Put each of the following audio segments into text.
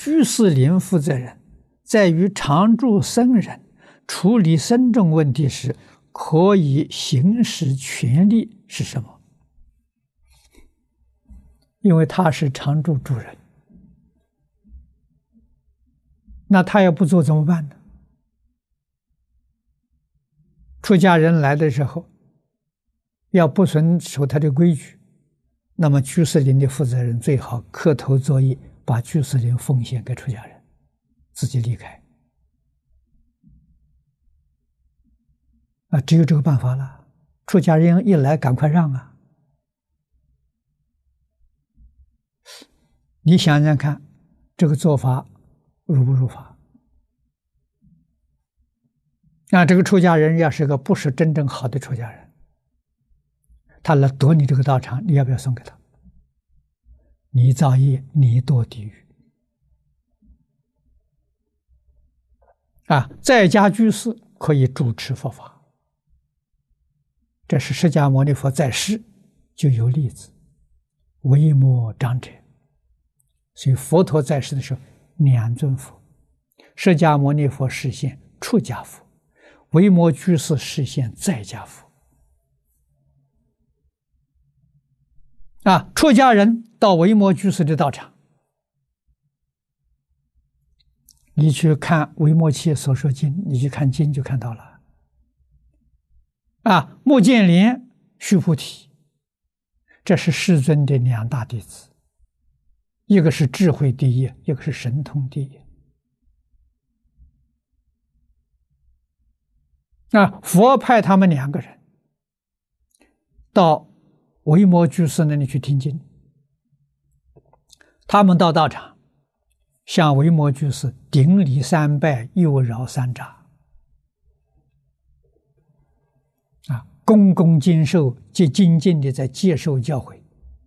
居士林负责人在于常住僧人处理僧众问题时，可以行使权利是什么？因为他是常住主人，那他要不做怎么办呢？出家人来的时候，要不遵守他的规矩，那么居士林的负责人最好磕头作揖，把居士林奉献给出家人，自己离开。只有这个办法了。出家人一来，赶快让啊！你想想看，这个做法如不如法？那这个出家人要是个不是真正好的出家人，他来夺你这个道场，你要不要送给他？你造业，你堕地狱。在家居士可以主持佛法。这是释迦牟尼佛在世就有例子，维摩长者。所以佛陀在世的时候，两尊佛，释迦牟尼佛示现出家佛，维摩居士示现在家佛。出家人到维摩居士的道场，你去看维摩诘所说经，你去看经就看到了。目犍连、须菩提，这是世尊的两大弟子，一个是智慧第一，一个是神通第一。佛派他们两个人到维摩居士那里去听经，他们到道场向维摩居士顶礼三拜，右绕三匝，恭恭敬受，精进的在接受教诲。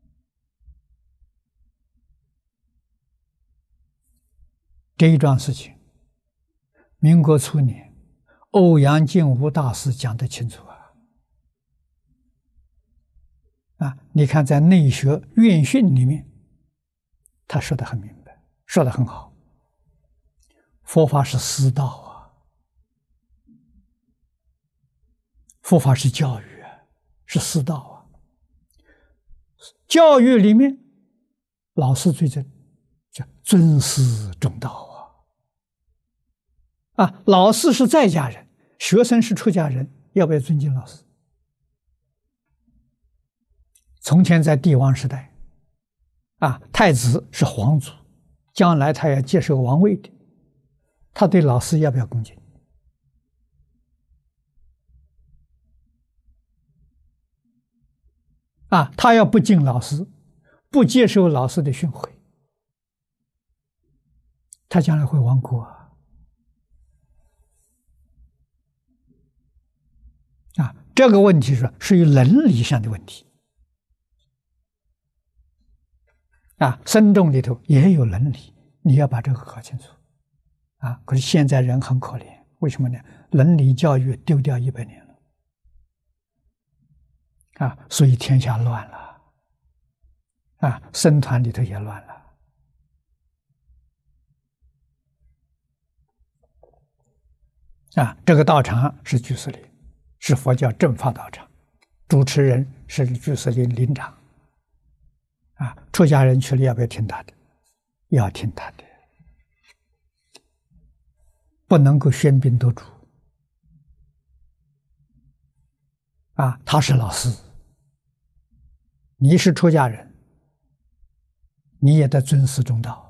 这一桩事情，民国初年，欧阳靖无大师讲得清楚你看在内学院训里面，他说得很明白，说得很好。佛法是师道佛法是教育是师道教育里面，老师最正，叫尊师重道老师是在家人，学生是出家人，要不要尊敬老师？从前在帝王时代太子是皇族，将来他要接受王位的，他对老师要不要恭敬？他要不敬老师，不接受老师的训诲，他将来会亡国这个问题是属于伦理上的问题僧众里头也有伦理，你要把这个搞清楚可是现在人很可怜，为什么呢？伦理教育丢掉100年了所以天下乱了僧团里头也乱了这个道场是居士林，是佛教正法道场，主持人是居士林林长出家人去了要不要听他的？要听他的，不能够喧宾夺主他是老师，你是出家人，你也得尊师重道